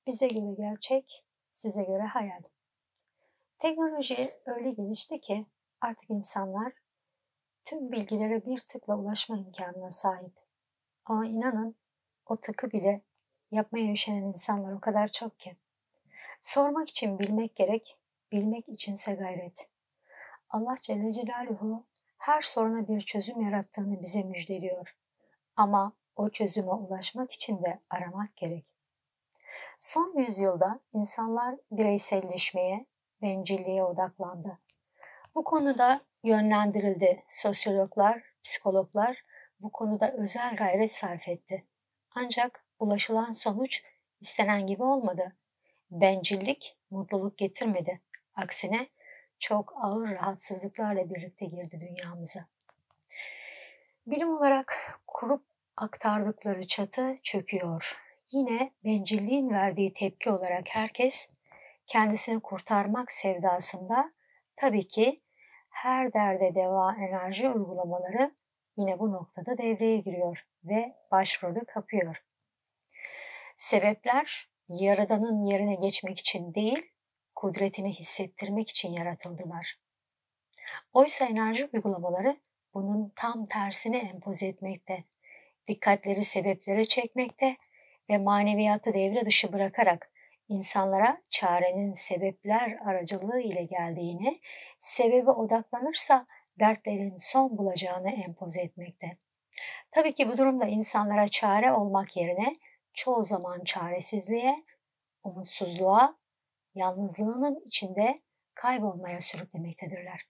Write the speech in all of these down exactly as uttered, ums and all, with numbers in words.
Bize göre gerçek, size göre hayal. Teknoloji öyle gelişti ki artık insanlar tüm bilgilere bir tıkla ulaşma imkanına sahip. Ama inanın o tıkı bile yapmaya üşenen insanlar o kadar çok ki. Sormak için bilmek gerek, bilmek içinse gayret. Allah Celle Celaluhu her soruna bir çözüm yarattığını bize müjdeliyor. Ama o çözüme ulaşmak için de aramak gerek. Son yüzyılda insanlar bireyselleşmeye, bencilliğe odaklandı. Bu konuda yönlendirildi. Sosyologlar, psikologlar bu konuda özel gayret sarf etti. Ancak ulaşılan sonuç istenen gibi olmadı. Bencillik mutluluk getirmedi. Aksine çok ağır rahatsızlıklarla birlikte girdi dünyamıza. Bilim olarak kurup aktardıkları çatı çöküyor. Yine bencilliğin verdiği tepki olarak herkes kendisini kurtarmak sevdasında, tabii ki her derde deva enerji uygulamaları yine bu noktada devreye giriyor ve başrolü kapıyor. Sebepler Yaradan'ın yerine geçmek için değil, kudretini hissettirmek için yaratıldılar. Oysa enerji uygulamaları bunun tam tersini empoze etmekte, dikkatleri sebeplere çekmekte ve maneviyatı devre dışı bırakarak insanlara çarenin sebepler aracılığı ile geldiğini, sebebe odaklanırsa dertlerin son bulacağını empoze etmekte. Tabii ki bu durumda insanlara çare olmak yerine çoğu zaman çaresizliğe, umutsuzluğa, yalnızlığının içinde kaybolmaya sürüklemektedirler.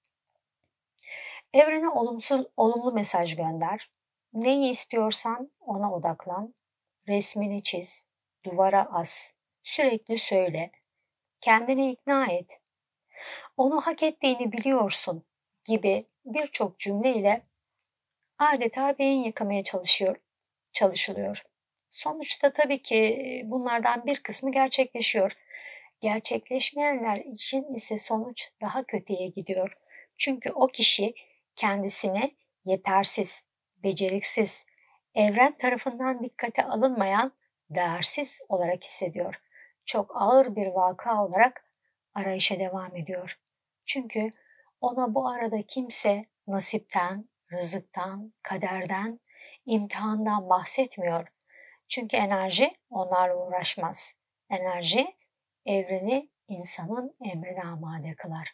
Evrene olumsuz, olumlu mesaj gönder. Neyi istiyorsan ona odaklan. Resmini çiz, duvara as, sürekli söyle. Kendini ikna et. Onu hak ettiğini biliyorsun gibi birçok cümleyle adeta beyin yıkamaya çalışıyor, çalışılıyor. Sonuçta tabii ki bunlardan bir kısmı gerçekleşiyor. Gerçekleşmeyenler için ise sonuç daha kötüye gidiyor. Çünkü o kişi kendisini yetersiz, beceriksiz, evren tarafından dikkate alınmayan, değersiz olarak hissediyor. Çok ağır bir vaka olarak arayışa devam ediyor. Çünkü ona bu arada kimse nasipten, rızıktan, kaderden, imtihandan bahsetmiyor. Çünkü enerji onlarla uğraşmaz. Enerji evreni insanın emrine amade kılar.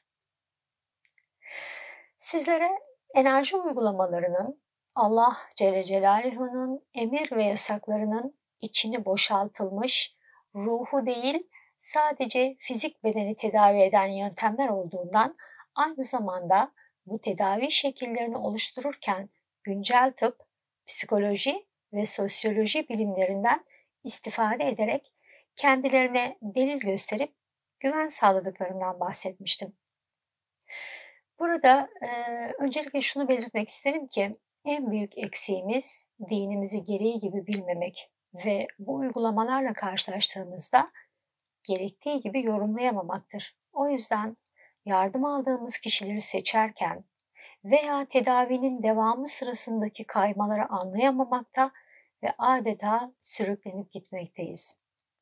Sizlere enerji uygulamalarının Allah Celle Celaluhu'nun emir ve yasaklarının içini boşaltılmış, ruhu değil sadece fizik bedeni tedavi eden yöntemler olduğundan, aynı zamanda bu tedavi şekillerini oluştururken güncel tıp, psikoloji ve sosyoloji bilimlerinden istifade ederek kendilerine delil gösterip güven sağladıklarından bahsetmiştim. Burada e, öncelikle şunu belirtmek isterim ki en büyük eksiğimiz dinimizi gereği gibi bilmemek ve bu uygulamalarla karşılaştığımızda gerektiği gibi yorumlayamamaktır. O yüzden yardım aldığımız kişileri seçerken veya tedavinin devamı sırasındaki kaymaları anlayamamakta ve adeta sürüklenip gitmekteyiz.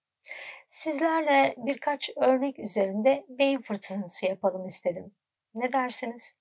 Sizlerle birkaç örnek üzerinde beyin fırtınası yapalım istedim. Ne dersiniz?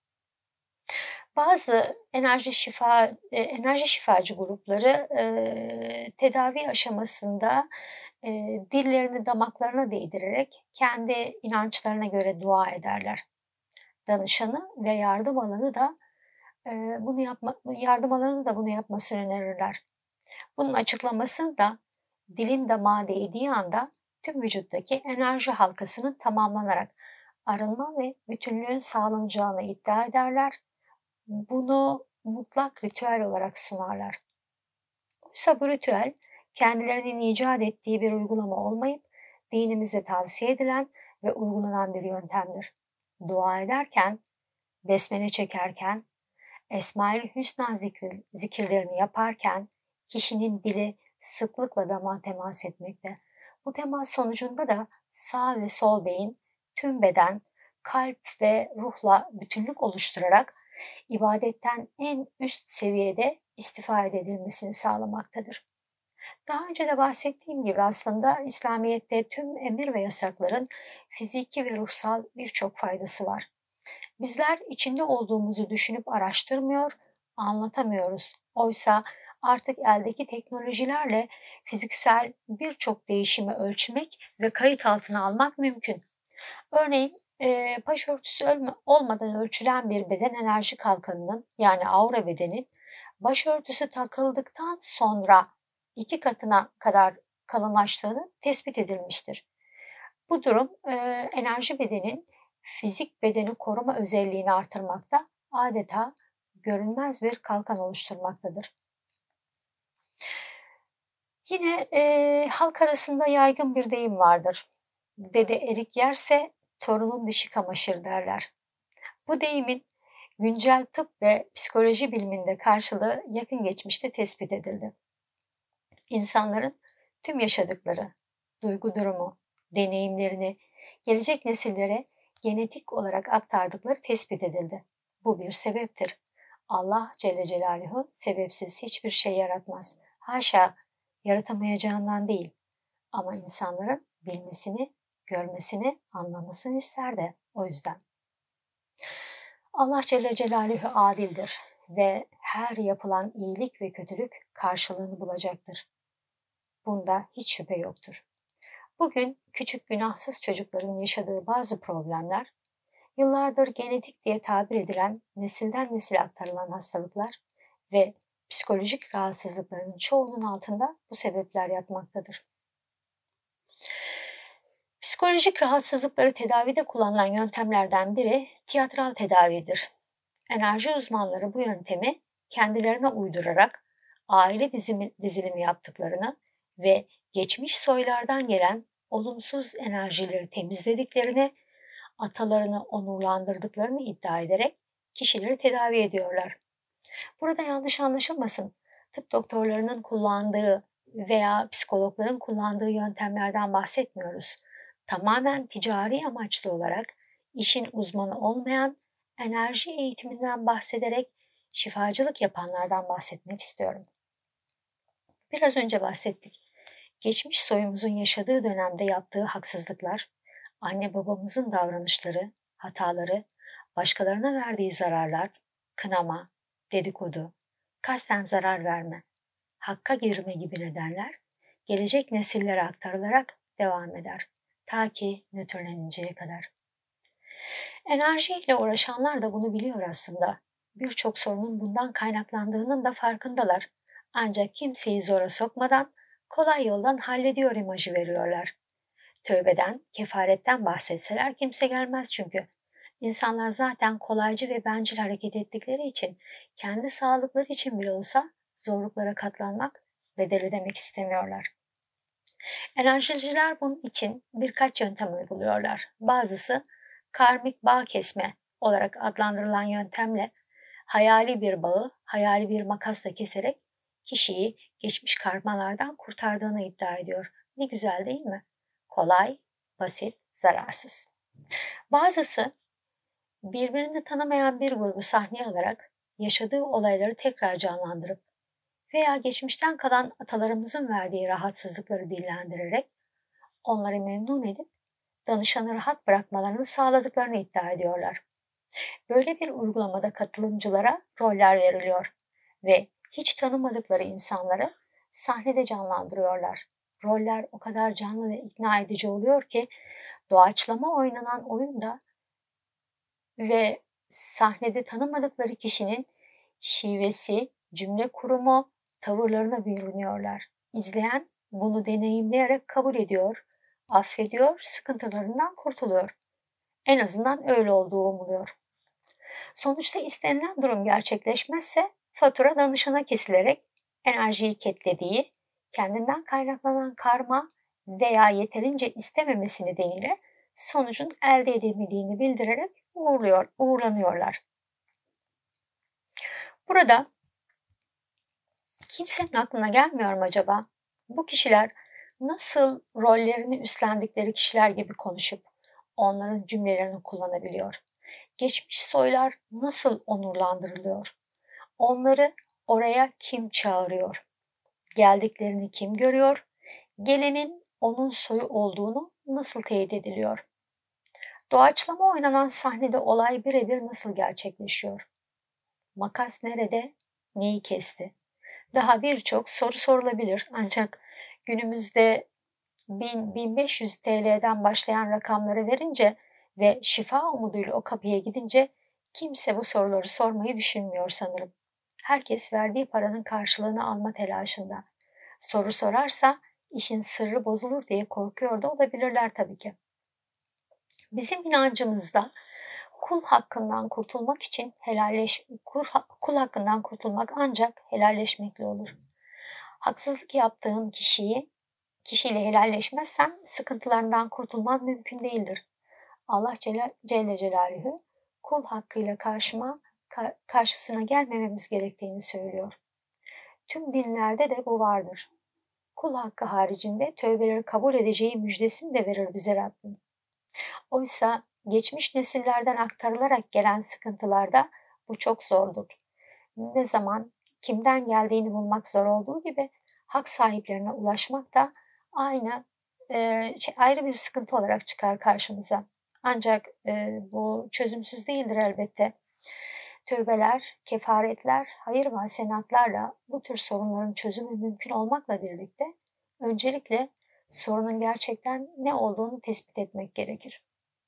Bazı enerji şifa e, enerji şifacı grupları e, tedavi aşamasında e, dillerini damaklarına değdirerek kendi inançlarına göre dua ederler. Danışanı ve yardım alanı da e, bunu yapma, yardım alanı da bunu yapmasını önerirler. Bunun açıklamasını da dilin damağa değdiği anda tüm vücuttaki enerji halkasının tamamlanarak arınma ve bütünlüğün sağlanacağını iddia ederler. Bunu mutlak ritüel olarak sunarlar. Oysa bu ritüel kendilerinin icat ettiği bir uygulama olmayıp dinimizde tavsiye edilen ve uygulanan bir yöntemdir. Dua ederken, besmele çekerken, Esma-ül Hüsna zikri, zikirlerini yaparken kişinin dili sıklıkla damağa temas etmekte. Bu temas sonucunda da sağ ve sol beyin, tüm beden, kalp ve ruhla bütünlük oluşturarak ibadetten en üst seviyede istifade edilmesini sağlamaktadır. Daha önce de bahsettiğim gibi aslında İslamiyet'te tüm emir ve yasakların fiziki ve ruhsal birçok faydası var. Bizler içinde olduğumuzu düşünüp araştırmıyor, anlatamıyoruz. Oysa artık eldeki teknolojilerle fiziksel birçok değişimi ölçmek ve kayıt altına almak mümkün. Örneğin eee, başörtüsü ölme- olmadan ölçülen bir beden enerji kalkanının yani aura bedenin başörtüsü takıldıktan sonra iki katına kadar kalınlaştığını tespit edilmiştir. Bu durum eee, enerji bedenin fizik bedeni koruma özelliğini artırmakta, adeta görünmez bir kalkan oluşturmaktadır. Yine eee, halk arasında yaygın bir deyim vardır. Dede erik yerse torunun dişi kamaşır derler. Bu deyimin güncel tıp ve psikoloji biliminde karşılığı yakın geçmişte tespit edildi. İnsanların tüm yaşadıkları, duygu durumu, deneyimlerini gelecek nesillere genetik olarak aktardıkları tespit edildi. Bu bir sebeptir. Allah Celle Celaluhu sebepsiz hiçbir şey yaratmaz. Haşa, yaratamayacağından değil. Ama insanların bilmesini, görmesini, anlamasını ister de o yüzden. Allah Celle Celaluhu adildir ve her yapılan iyilik ve kötülük karşılığını bulacaktır. Bunda hiç şüphe yoktur. Bugün küçük günahsız çocukların yaşadığı bazı problemler, yıllardır genetik diye tabir edilen nesilden nesile aktarılan hastalıklar ve psikolojik rahatsızlıkların çoğunun altında bu sebepler yatmaktadır. Psikolojik rahatsızlıkları tedavide kullanılan yöntemlerden biri tiyatral tedavidir. Enerji uzmanları bu yöntemi kendilerine uydurarak aile dizimi, dizilimi yaptıklarını ve geçmiş soylardan gelen olumsuz enerjileri temizlediklerini, atalarını onurlandırdıklarını iddia ederek kişileri tedavi ediyorlar. Burada yanlış anlaşılmasın, tıp doktorlarının kullandığı veya psikologların kullandığı yöntemlerden bahsetmiyoruz. Tamamen ticari amaçlı olarak işin uzmanı olmayan enerji eğitiminden bahsederek şifacılık yapanlardan bahsetmek istiyorum. Biraz önce bahsettik. Geçmiş soyumuzun yaşadığı dönemde yaptığı haksızlıklar, anne babamızın davranışları, hataları, başkalarına verdiği zararlar, kınama, dedikodu, kasten zarar verme, hakka girme gibi nedenler gelecek nesillere aktarılarak devam eder. Ta ki nötrleninceye kadar. Enerjiyle uğraşanlar da bunu biliyor aslında. Birçok sorunun bundan kaynaklandığının da farkındalar. Ancak kimseyi zora sokmadan kolay yoldan hallediyor imajı veriyorlar. Tövbeden, kefaretten bahsetseler kimse gelmez çünkü. İnsanlar zaten kolaycı ve bencil hareket ettikleri için kendi sağlıkları için bile olsa zorluklara katlanmak, bedel ödemek istemiyorlar. Enerjiciler bunun için birkaç yöntem uyguluyorlar. Bazısı karmik bağ kesme olarak adlandırılan yöntemle hayali bir bağı hayali bir makasla keserek kişiyi geçmiş karmalardan kurtardığını iddia ediyor. Ne güzel değil mi? Kolay, basit, zararsız. Bazısı birbirini tanımayan bir grubu sahneye alarak yaşadığı olayları tekrar canlandırıp veya geçmişten kalan atalarımızın verdiği rahatsızlıkları dillendirerek onları memnun edip danışanı rahat bırakmalarını sağladıklarını iddia ediyorlar. Böyle bir uygulamada katılımcılara roller veriliyor ve hiç tanımadıkları insanları sahnede canlandırıyorlar. Roller o kadar canlı ve ikna edici oluyor ki doğaçlama oynanan oyunda ve sahnede tanımadıkları kişinin şivesi, cümle kurumu, tavırlarına bürünüyorlar. İzleyen bunu deneyimleyerek kabul ediyor, affediyor, sıkıntılarından kurtuluyor. En azından öyle olduğu umuluyor. Sonuçta istenilen durum gerçekleşmezse fatura danışana kesilerek enerjiyi ketlediği, kendinden kaynaklanan karma veya yeterince istememesi nedeniyle sonucun elde edilmediğini bildirerek uğurluyor, uğurlanıyorlar. Burada kimsenin aklına gelmiyor mu acaba? Bu kişiler nasıl rollerini üstlendikleri kişiler gibi konuşup onların cümlelerini kullanabiliyor? Geçmiş soylar nasıl onurlandırılıyor? Onları oraya kim çağırıyor? Geldiklerini kim görüyor? Gelenin onun soyu olduğunu nasıl teyit ediliyor? Doğaçlama oynanan sahnede olay birebir nasıl gerçekleşiyor? Makas nerede? Neyi kesti? Daha birçok soru sorulabilir ancak günümüzde bin bin beş yüz T L'den başlayan rakamları verince ve şifa umuduyla o kapıya gidince kimse bu soruları sormayı düşünmüyor sanırım. Herkes verdiği paranın karşılığını alma telaşında. Soru sorarsa işin sırrı bozulur diye korkuyor da olabilirler tabii ki. Bizim inancımızda kul hakkından kurtulmak için helalleş kul, kul hakkından kurtulmak ancak helalleşmekle olur. Haksızlık yaptığın kişiyi kişiyle helalleşmezsen sıkıntılarından kurtulman mümkün değildir. Allah Celle, Celle Celaluhu kul hakkıyla karşıma ka, karşısına gelmememiz gerektiğini söylüyor. Tüm dinlerde de bu vardır. Kul hakkı haricinde tövbeleri kabul edeceği müjdesini de verir bize Rabbim. Oysa geçmiş nesillerden aktarılarak gelen sıkıntılarda bu çok zordur. Ne zaman kimden geldiğini bulmak zor olduğu gibi hak sahiplerine ulaşmak da aynı e, şey, ayrı bir sıkıntı olarak çıkar karşımıza. Ancak e, bu çözümsüz değildir elbette. Tövbeler, kefaretler, hayır ve hasenatlarla bu tür sorunların çözümü mümkün olmakla birlikte öncelikle sorunun gerçekten ne olduğunu tespit etmek gerekir.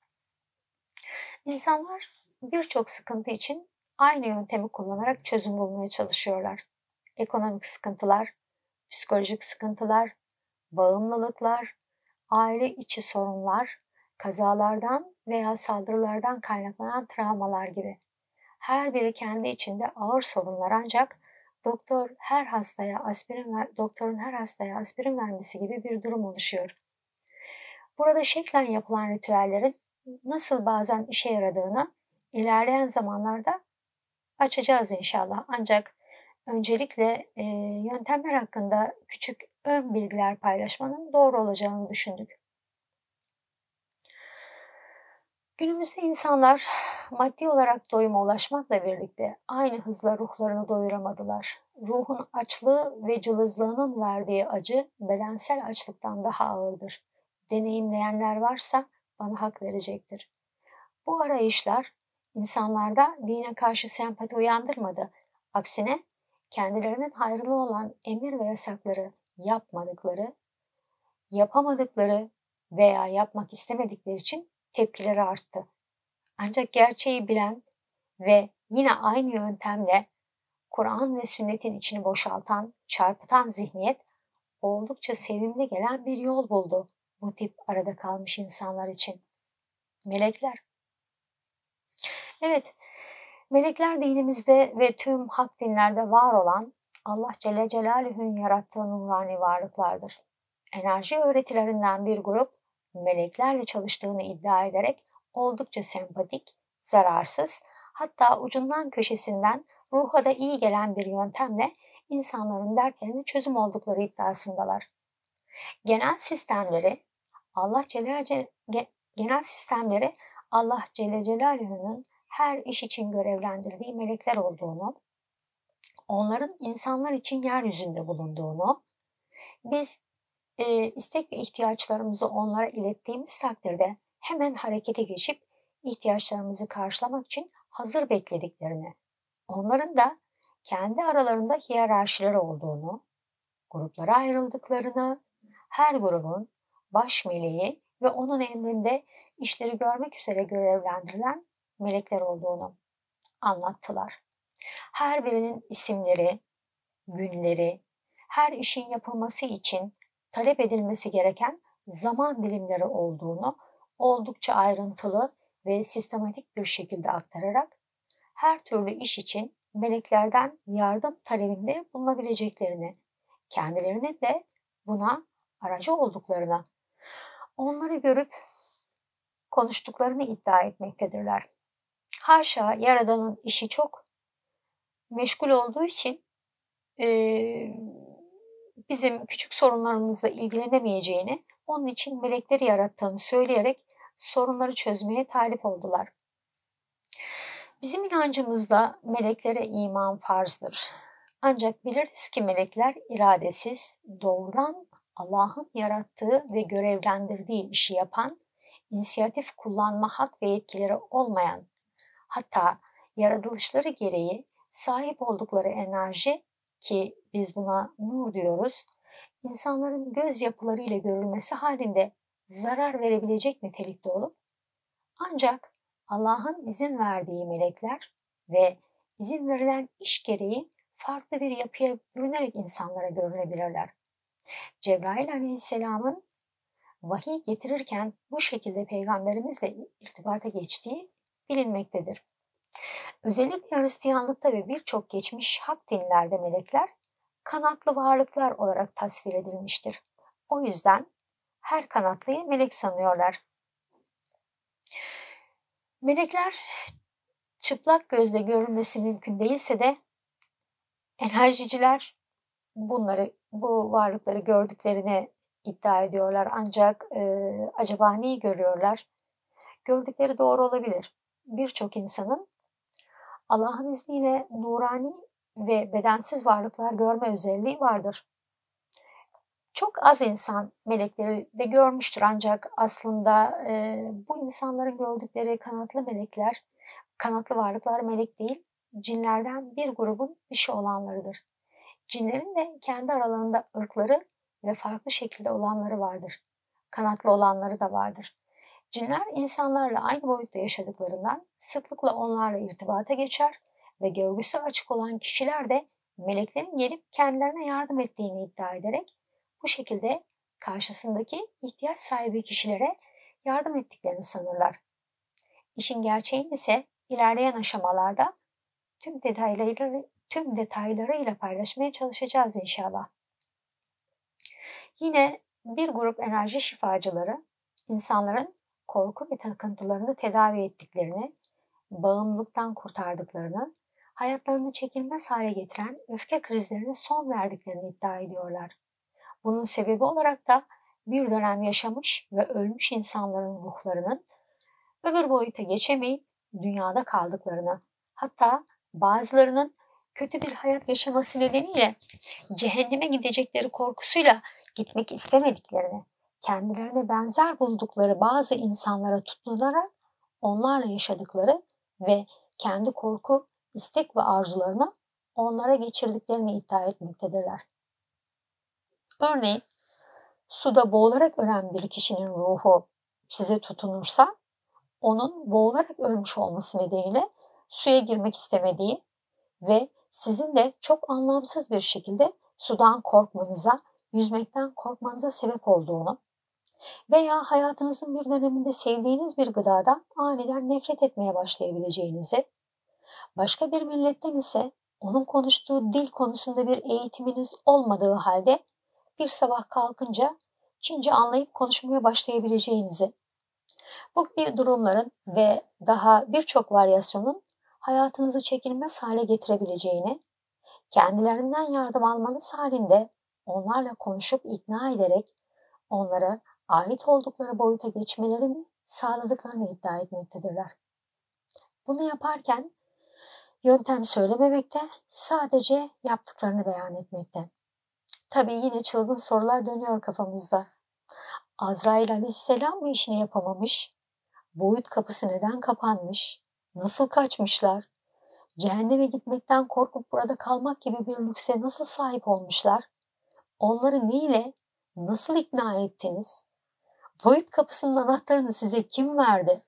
İnsanlar birçok sıkıntı için aynı yöntemi kullanarak çözüm bulmaya çalışıyorlar. Ekonomik sıkıntılar, psikolojik sıkıntılar, bağımlılıklar, aile içi sorunlar, kazalardan veya saldırılardan kaynaklanan travmalar gibi. Her biri kendi içinde ağır sorunlar ancak doktor her hastaya aspirin ver, doktorun her hastaya aspirin vermesi gibi bir durum oluşuyor. Burada şeklen yapılan ritüellerin nasıl bazen işe yaradığını ilerleyen zamanlarda açacağız inşallah. Ancak öncelikle e, yöntemler hakkında küçük ön bilgiler paylaşmanın doğru olacağını düşündük. Günümüzde insanlar maddi olarak doyuma ulaşmakla birlikte aynı hızla ruhlarını doyuramadılar. Ruhun açlığı ve cılızlığının verdiği acı bedensel açlıktan daha ağırdır. Deneyimleyenler varsa bana hak verecektir. Bu arayışlar insanlarda dine karşı sempati uyandırmadı. Aksine kendilerinin hayrına olan emir ve yasakları yapmadıkları, yapamadıkları veya yapmak istemedikleri için tepkileri arttı. Ancak gerçeği bilen ve yine aynı yöntemle Kur'an ve sünnetin içini boşaltan, çarpıtan zihniyet oldukça sevimli gelen bir yol buldu bu tip arada kalmış insanlar için. Melekler. Evet, melekler dinimizde ve tüm hak dinlerde var olan Allah Celle Celaluhu'nun yarattığı nurani varlıklardır. Enerji öğretilerinden bir grup meleklerle çalıştığını iddia ederek oldukça sempatik, zararsız, hatta ucundan köşesinden ruha da iyi gelen bir yöntemle insanların dertlerine çözüm oldukları iddiasındalar. Genel sistemleri Allah Celle genel sistemleri Allah Celle Celaluhu'nun her iş için görevlendirdiği melekler olduğunu, onların insanlar için yeryüzünde bulunduğunu, biz e, istek ve ihtiyaçlarımızı onlara ilettiğimiz takdirde hemen harekete geçip ihtiyaçlarımızı karşılamak için hazır beklediklerini, onların da kendi aralarında hiyerarşiler olduğunu, gruplara ayrıldıklarını, her grubun baş meleği ve onun emrinde işleri görmek üzere görevlendirilen melekler olduğunu anlattılar. Her birinin isimleri, günleri, her işin yapılması için talep edilmesi gereken zaman dilimleri olduğunu oldukça ayrıntılı ve sistematik bir şekilde aktararak her türlü iş için meleklerden yardım talebinde bulunabileceklerini, kendilerine de buna aracı olduklarını, onları görüp konuştuklarını iddia etmektedirler. Haşa, Yaradan'ın işi çok meşgul olduğu için e, bizim küçük sorunlarımızla ilgilenemeyeceğini, onun için melekleri yarattığını söyleyerek sorunları çözmeye talip oldular. Bizim inancımızda meleklere iman farzdır. Ancak biliriz ki melekler iradesiz, doğrudan Allah'ın yarattığı ve görevlendirdiği işi yapan, inisiyatif kullanma hak ve yetkileri olmayan, hatta yaratılışları gereği sahip oldukları enerji, ki biz buna nur diyoruz, insanların göz yapılarıyla görülmesi halinde zarar verebilecek nitelikte olup, ancak Allah'ın izin verdiği melekler ve izin verilen iş gereği farklı bir yapıya bürünerek insanlara görünebilirler. Cebrail aleyhisselamın vahiy getirirken bu şekilde peygamberimizle irtibata geçtiği bilinmektedir. Özellikle Hristiyanlıkta ve birçok geçmiş hak dinlerde melekler kanatlı varlıklar olarak tasvir edilmiştir. O yüzden her kanatlıyı melek sanıyorlar. Melekler çıplak gözle görülmesi mümkün değilse de enerjiciler bunları, bu varlıkları gördüklerini iddia ediyorlar. Ancak e, acaba neyi görüyorlar? Gördükleri doğru olabilir. Birçok insanın Allah'ın izniyle nurani ve bedensiz varlıklar görme özelliği vardır. Çok az insan melekleri de görmüştür, ancak aslında e, bu insanların gördükleri kanatlı melekler, kanatlı varlıklar melek değil, cinlerden bir grubun dişi olanlarıdır. Cinlerin de kendi aralarında ırkları ve farklı şekilde olanları vardır. Kanatlı olanları da vardır. Cinler insanlarla aynı boyutta yaşadıklarından sıklıkla onlarla irtibata geçer ve görgüsü açık olan kişiler de meleklerin gelip kendilerine yardım ettiğini iddia ederek bu şekilde karşısındaki ihtiyaç sahibi kişilere yardım ettiklerini sanırlar. İşin gerçeğini ise ilerleyen aşamalarda tüm detaylarıyla, tüm detaylarıyla paylaşmaya çalışacağız inşallah. Yine bir grup enerji şifacıları insanların korku ve takıntılarını tedavi ettiklerini, bağımlılıktan kurtardıklarını, hayatlarını çekilmez hale getiren öfke krizlerine son verdiklerini iddia ediyorlar. Bunun sebebi olarak da bir dönem yaşamış ve ölmüş insanların ruhlarının öbür boyuta geçemeyip dünyada kaldıklarını, hatta bazılarının kötü bir hayat yaşaması nedeniyle cehenneme gidecekleri korkusuyla gitmek istemediklerini, kendilerine benzer buldukları bazı insanlara tutunarak onlarla yaşadıkları ve kendi korku, istek ve arzularını onlara geçirdiklerini iddia etmektedirler. Örneğin, suda boğularak ölen bir kişinin ruhu size tutunursa, onun boğularak ölmüş olması nedeniyle suya girmek istemediği ve sizin de çok anlamsız bir şekilde sudan korkmanıza, yüzmekten korkmanıza sebep olduğunu veya hayatınızın bir döneminde sevdiğiniz bir gıdadan aniden nefret etmeye başlayabileceğinizi, başka bir milletten ise onun konuştuğu dil konusunda bir eğitiminiz olmadığı halde bir sabah kalkınca Çince anlayıp konuşmaya başlayabileceğinizi, bu gibi durumların ve daha birçok varyasyonun hayatınızı çekilmez hale getirebileceğini, kendilerinden yardım almanız halinde onlarla konuşup ikna ederek onlara ait oldukları boyuta geçmelerini sağladıklarını iddia etmektedirler. Bunu yaparken yöntem söylememekte, sadece yaptıklarını beyan etmekte. Tabii yine çılgın sorular dönüyor kafamızda. Azrail aleyhisselam mı işini yapamamış? Boyut kapısı neden kapanmış? Nasıl kaçmışlar? Cehenneme gitmekten korkup burada kalmak gibi bir lükse nasıl sahip olmuşlar? Onları ne ile, nasıl ikna ettiniz? Boyut kapısının anahtarını size kim verdi?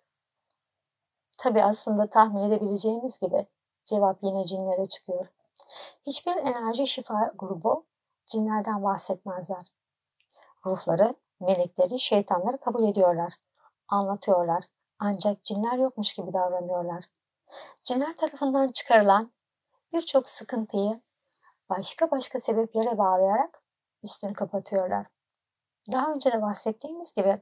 Tabii aslında tahmin edebileceğiniz gibi cevap yine cinlere çıkıyor. Hiçbir enerji şifa grubu cinlerden bahsetmezler. Ruhları, melekleri, şeytanları kabul ediyorlar, anlatıyorlar. Ancak cinler yokmuş gibi davranıyorlar. Cinler tarafından çıkarılan birçok sıkıntıyı başka başka sebeplere bağlayarak üstünü kapatıyorlar. Daha önce de bahsettiğimiz gibi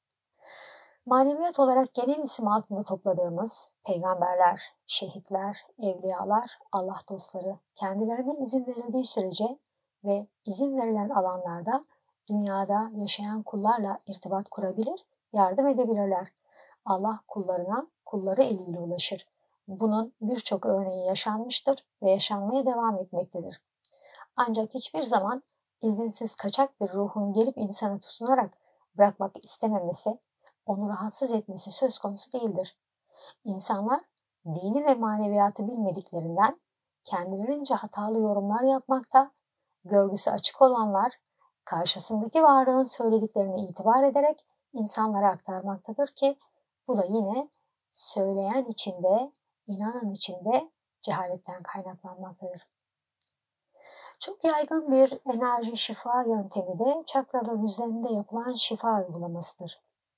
maneviyat olarak genel isim altında topladığımız peygamberler, şehitler, evliyalar, Allah dostları kendilerine izin verildiği sürece ve izin verilen alanlarda dünyada yaşayan kullarla irtibat kurabilir, yardım edebilirler. Allah kullarına kulları eliyle ulaşır. Bunun birçok örneği yaşanmıştır ve yaşanmaya devam etmektedir. Ancak hiçbir zaman izinsiz kaçak bir ruhun gelip insanı tutunarak bırakmak istememesi, onu rahatsız etmesi söz konusu değildir. İnsanlar dini ve maneviyatı bilmediklerinden kendilerince hatalı yorumlar yapmakta, görgüsü açık olanlar karşısındaki varlığın söylediklerine itibar ederek insanlara aktarmaktadır ki bu da yine söyleyen içinde, inanan içinde cehaletten kaynaklanmaktadır. Çok yaygın bir enerji şifa yöntemi de çakralar üzerinde yapılan şifa uygulamasıdır.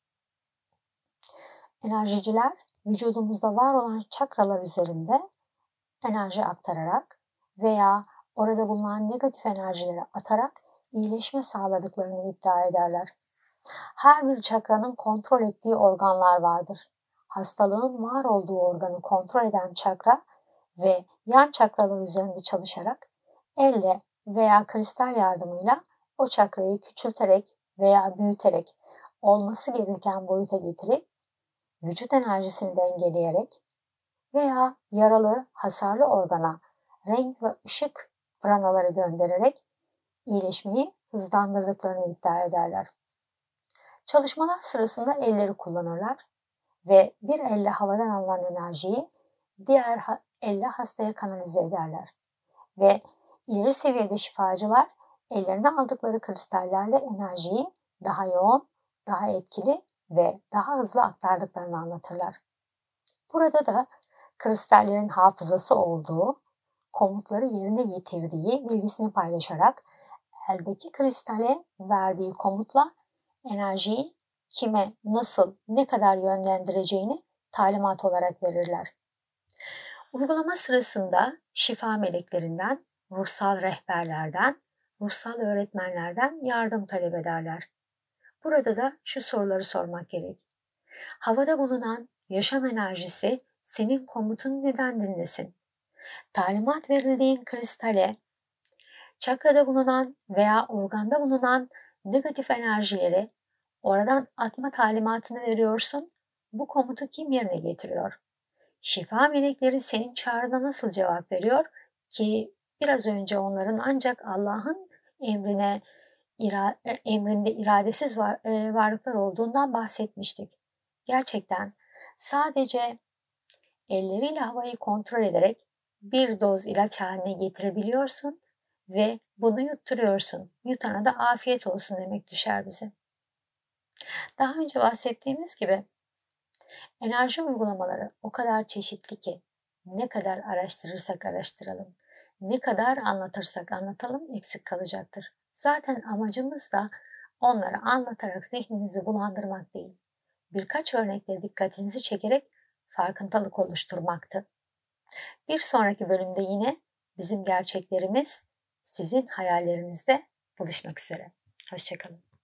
Enerjiciler vücudumuzda var olan çakralar üzerinde enerji aktararak veya orada bulunan negatif enerjileri atarak iyileşme sağladıklarını iddia ederler. Her bir çakranın kontrol ettiği organlar vardır. Hastalığın var olduğu organı kontrol eden çakra ve yan çakralar üzerinde çalışarak elle veya kristal yardımıyla o çakrayı küçülterek veya büyüterek olması gereken boyuta getirip vücut enerjisini dengeleyerek veya yaralı, hasarlı organa renk ve ışık pranaları göndererek iyileşmeyi hızlandırdıklarını iddia ederler. Çalışmalar sırasında elleri kullanırlar ve bir elle havadan alınan enerjiyi diğer elle hastaya kanalize ederler. Ve ileri seviyede şifacılar ellerine aldıkları kristallerle enerjiyi daha yoğun, daha etkili ve daha hızlı aktardıklarını anlatırlar. Burada da kristallerin hafızası olduğu, komutları yerine getirdiği bilgisini paylaşarak eldeki kristale verdiği komutla enerjiyi kime, nasıl, ne kadar yönlendireceğini talimat olarak verirler. Uygulama sırasında şifa meleklerinden, ruhsal rehberlerden, ruhsal öğretmenlerden yardım talep ederler. Burada da şu soruları sormak gerek. Havada bulunan yaşam enerjisi senin komutun neden dinlesin? Talimat verildiğin kristale, çakrada bulunan veya organda bulunan negatif enerjileri oradan atma talimatını veriyorsun. Bu komutu kim yerine getiriyor? Şifa melekleri senin çağrına nasıl cevap veriyor ki biraz önce onların ancak Allah'ın emrine ira, emrinde iradesiz var, e, varlıklar olduğundan bahsetmiştik. Gerçekten sadece elleriyle havayı kontrol ederek bir doz ilaç haline getirebiliyorsun ve bunu yutturuyorsun. Yutana da afiyet olsun demek düşer bize. Daha önce bahsettiğimiz gibi enerji uygulamaları o kadar çeşitli ki ne kadar araştırırsak araştıralım, ne kadar anlatırsak anlatalım eksik kalacaktır. Zaten amacımız da onları anlatarak zihninizi bulandırmak değil, birkaç örnekle dikkatinizi çekerek farkındalık oluşturmaktı. Bir sonraki bölümde yine bizim gerçeklerimiz sizin hayallerinizde buluşmak üzere. Hoşça kalın.